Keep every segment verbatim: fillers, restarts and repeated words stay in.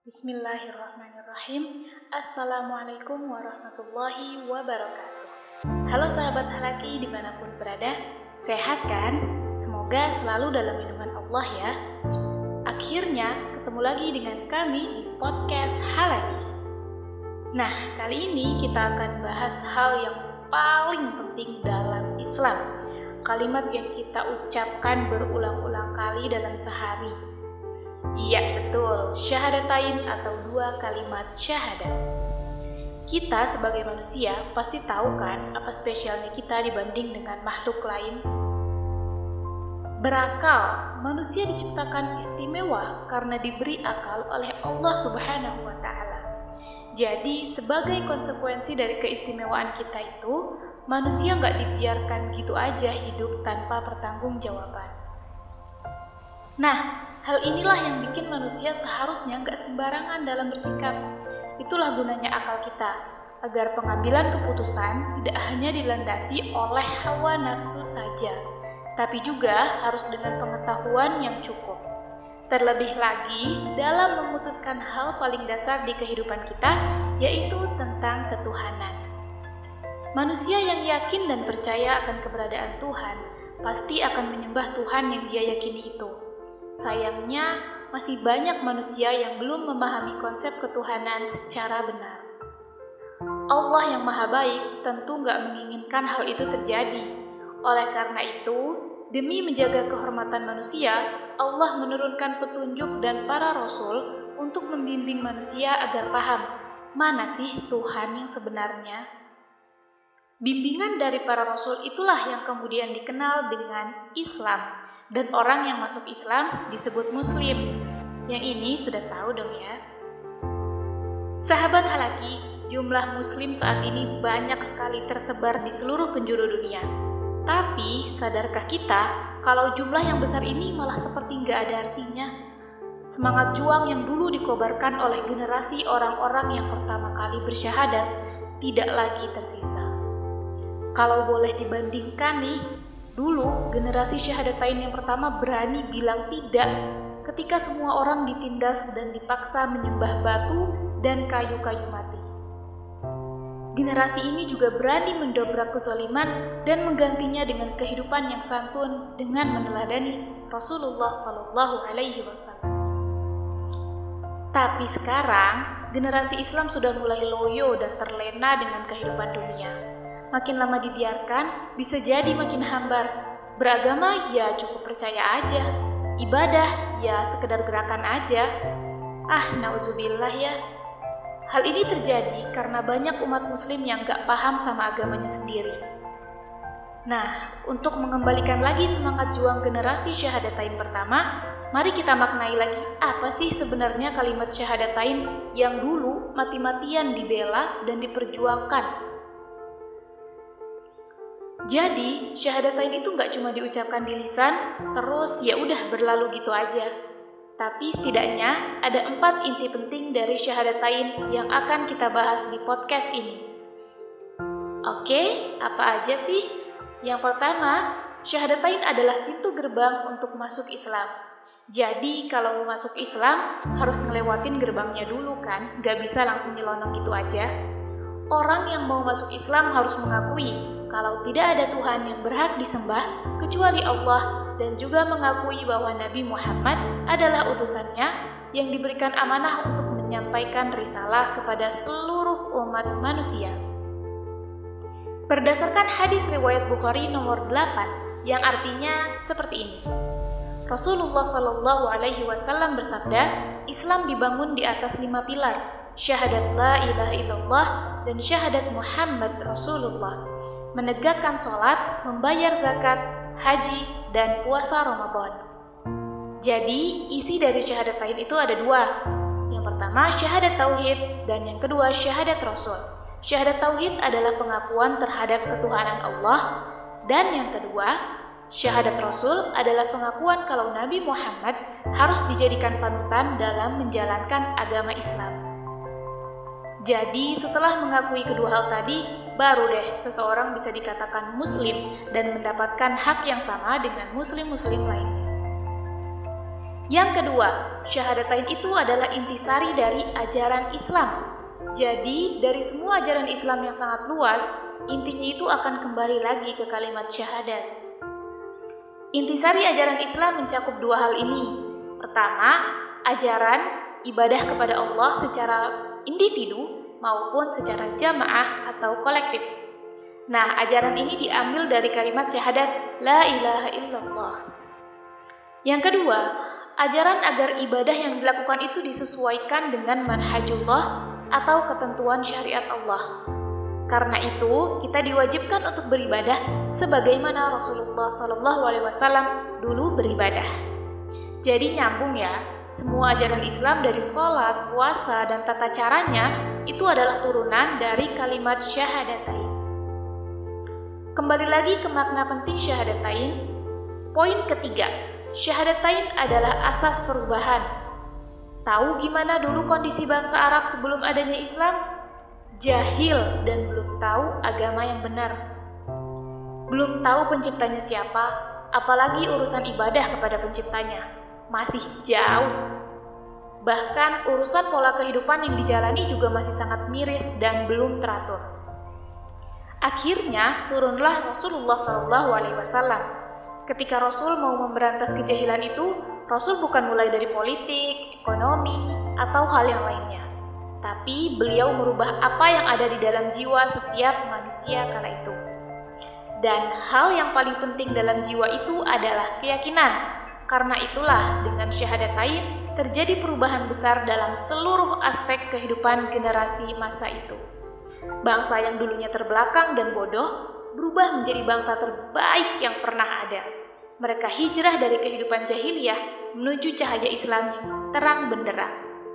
Bismillahirrahmanirrahim. Assalamualaikum warahmatullahi wabarakatuh. Halo sahabat Halaki dimanapun berada, sehat kan? Semoga selalu dalam lindungan Allah ya. Akhirnya ketemu lagi dengan kami di podcast Halaki. Nah, kali ini kita akan bahas hal yang paling penting dalam Islam. Kalimat yang kita ucapkan berulang-ulang kali dalam sehari. Iya betul, syahadatain atau dua kalimat syahadat. Kita sebagai manusia pasti tahu kan apa spesialnya kita dibanding dengan makhluk lain. Berakal, manusia diciptakan istimewa karena diberi akal oleh Allah Subhanahu wa Ta'ala. Jadi sebagai konsekuensi dari keistimewaan kita itu, manusia nggak dibiarkan gitu aja hidup tanpa pertanggungjawaban. Nah, hal inilah yang bikin manusia seharusnya nggak sembarangan dalam bersikap. Itulah gunanya akal kita, agar pengambilan keputusan tidak hanya dilandasi oleh hawa nafsu saja, tapi juga harus dengan pengetahuan yang cukup. Terlebih lagi dalam memutuskan hal paling dasar di kehidupan kita, yaitu tentang ketuhanan. Manusia yang yakin dan percaya akan keberadaan Tuhan, pasti akan menyembah Tuhan yang dia yakini itu. Sayangnya, masih banyak manusia yang belum memahami konsep ketuhanan secara benar. Allah yang maha baik tentu gak menginginkan hal itu terjadi. Oleh karena itu, demi menjaga kehormatan manusia, Allah menurunkan petunjuk dan para rasul untuk membimbing manusia agar paham, mana sih Tuhan yang sebenarnya? Bimbingan dari para rasul itulah yang kemudian dikenal dengan Islam. Dan orang yang masuk Islam disebut Muslim. Yang ini sudah tahu dong ya. Sahabat Halaki, jumlah Muslim saat ini banyak sekali tersebar di seluruh penjuru dunia. Tapi, sadarkah kita kalau jumlah yang besar ini malah seperti nggak ada artinya? Semangat juang yang dulu dikobarkan oleh generasi orang-orang yang pertama kali bersyahadat tidak lagi tersisa. Kalau boleh dibandingkan nih, dulu, generasi syahadatain yang pertama berani bilang tidak ketika semua orang ditindas dan dipaksa menyembah batu dan kayu-kayu mati. Generasi ini juga berani mendobrak kezaliman dan menggantinya dengan kehidupan yang santun dengan meneladani Rasulullah Shallallahu Alaihi Wasallam. Tapi sekarang, generasi Islam sudah mulai loyo dan terlena dengan kehidupan dunia. Makin lama dibiarkan, bisa jadi makin hambar. Beragama ya cukup percaya aja. Ibadah ya sekedar gerakan aja. Ah, nauzubillah ya. Hal ini terjadi karena banyak umat muslim yang gak paham sama agamanya sendiri. Nah, untuk mengembalikan lagi semangat juang generasi syahadatain pertama, mari kita maknai lagi apa sih sebenarnya kalimat syahadatain yang dulu mati-matian dibela dan diperjuangkan. Jadi, syahadatain itu nggak cuma diucapkan di lisan, terus ya udah berlalu gitu aja. Tapi setidaknya ada empat inti penting dari syahadatain yang akan kita bahas di podcast ini. Oke, apa aja sih? Yang pertama, syahadatain adalah pintu gerbang untuk masuk Islam. Jadi, kalau mau masuk Islam, harus ngelewatin gerbangnya dulu kan, nggak bisa langsung nyelonong gitu aja. Orang yang mau masuk Islam harus mengakui kalau tidak ada Tuhan yang berhak disembah kecuali Allah dan juga mengakui bahwa Nabi Muhammad adalah utusannya yang diberikan amanah untuk menyampaikan risalah kepada seluruh umat manusia. Berdasarkan hadis riwayat Bukhari nomor delapan yang artinya seperti ini. Rasulullah Shallallahu Alaihi Wasallam bersabda, Islam dibangun di atas lima pilar, syahadat la ilaha illallah dan syahadat Muhammad Rasulullah, menegakkan sholat, membayar zakat, haji, dan puasa Ramadan. Jadi, isi dari syahadatain itu ada dua. Yang pertama, syahadat tauhid, dan yang kedua, syahadat rasul. Syahadat tauhid adalah pengakuan terhadap ketuhanan Allah, dan yang kedua, syahadat rasul adalah pengakuan kalau Nabi Muhammad harus dijadikan panutan dalam menjalankan agama Islam. Jadi, setelah mengakui kedua hal tadi, baru deh seseorang bisa dikatakan muslim dan mendapatkan hak yang sama dengan muslim-muslim lainnya. Yang kedua, syahadatain itu adalah intisari dari ajaran Islam. Jadi, dari semua ajaran Islam yang sangat luas, intinya itu akan kembali lagi ke kalimat syahadat. Intisari ajaran Islam mencakup dua hal ini. Pertama, ajaran ibadah kepada Allah secara individu maupun secara jamaah atau kolektif. Nah, ajaran ini diambil dari kalimat syahadat La ilaha illallah. Yang kedua, ajaran agar ibadah yang dilakukan itu disesuaikan dengan manhajullah atau ketentuan syariat Allah. Karena itu, kita diwajibkan untuk beribadah sebagaimana Rasulullah shallallahu alaihi wasallam dulu beribadah. Jadi nyambung ya, semua ajaran Islam dari sholat, puasa, dan tata caranya itu adalah turunan dari kalimat syahadatain. Kembali lagi ke makna penting syahadatain. Poin ketiga, syahadatain adalah asas perubahan. Tahu gimana dulu kondisi bangsa Arab sebelum adanya Islam? Jahil dan belum tahu agama yang benar. Belum tahu penciptanya siapa, apalagi urusan ibadah kepada penciptanya. Masih jauh. Bahkan urusan pola kehidupan yang dijalani juga masih sangat miris dan belum teratur. Akhirnya turunlah Rasulullah shallallahu alaihi wasallam. Ketika Rasul mau memberantas kejahilan itu, Rasul bukan mulai dari politik, ekonomi, atau hal yang lainnya. Tapi beliau merubah apa yang ada di dalam jiwa setiap manusia kala itu. Dan hal yang paling penting dalam jiwa itu adalah keyakinan. Karena itulah dengan syahadatain terjadi perubahan besar dalam seluruh aspek kehidupan generasi masa itu. Bangsa yang dulunya terbelakang dan bodoh berubah menjadi bangsa terbaik yang pernah ada. Mereka hijrah dari kehidupan jahiliyah menuju cahaya Islam yang terang benderang.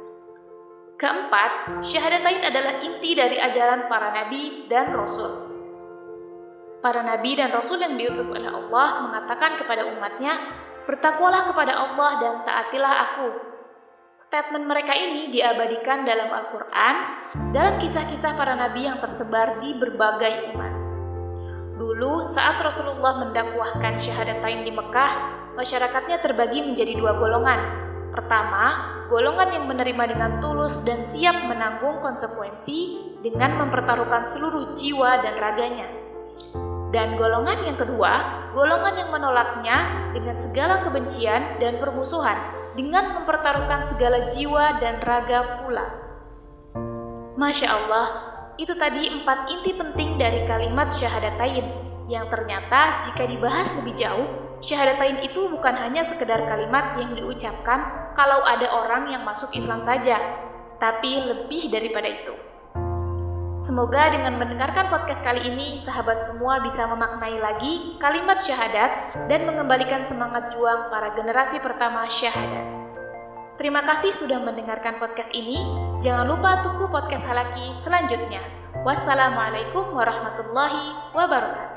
Keempat, syahadatain adalah inti dari ajaran para nabi dan rasul. Para nabi dan rasul yang diutus oleh Allah mengatakan kepada umatnya, bertakwalah kepada Allah dan taatilah aku. Statement mereka ini diabadikan dalam Al-Quran, dalam kisah-kisah para nabi yang tersebar di berbagai umat. Dulu saat Rasulullah mendakwahkan syahadatain di Mekah, masyarakatnya terbagi menjadi dua golongan. Pertama, golongan yang menerima dengan tulus dan siap menanggung konsekuensi dengan mempertaruhkan seluruh jiwa dan raganya. Dan golongan yang kedua, golongan yang menolaknya dengan segala kebencian dan permusuhan, dengan mempertaruhkan segala jiwa dan raga pula. Masya Allah, itu tadi empat inti penting dari kalimat syahadatain, yang ternyata jika dibahas lebih jauh, syahadatain itu bukan hanya sekedar kalimat yang diucapkan kalau ada orang yang masuk Islam saja, tapi lebih daripada itu. Semoga dengan mendengarkan podcast kali ini, sahabat semua bisa memaknai lagi kalimat syahadat dan mengembalikan semangat juang para generasi pertama syahadat. Terima kasih sudah mendengarkan podcast ini. Jangan lupa tunggu podcast Halaki selanjutnya. Wassalamualaikum warahmatullahi wabarakatuh.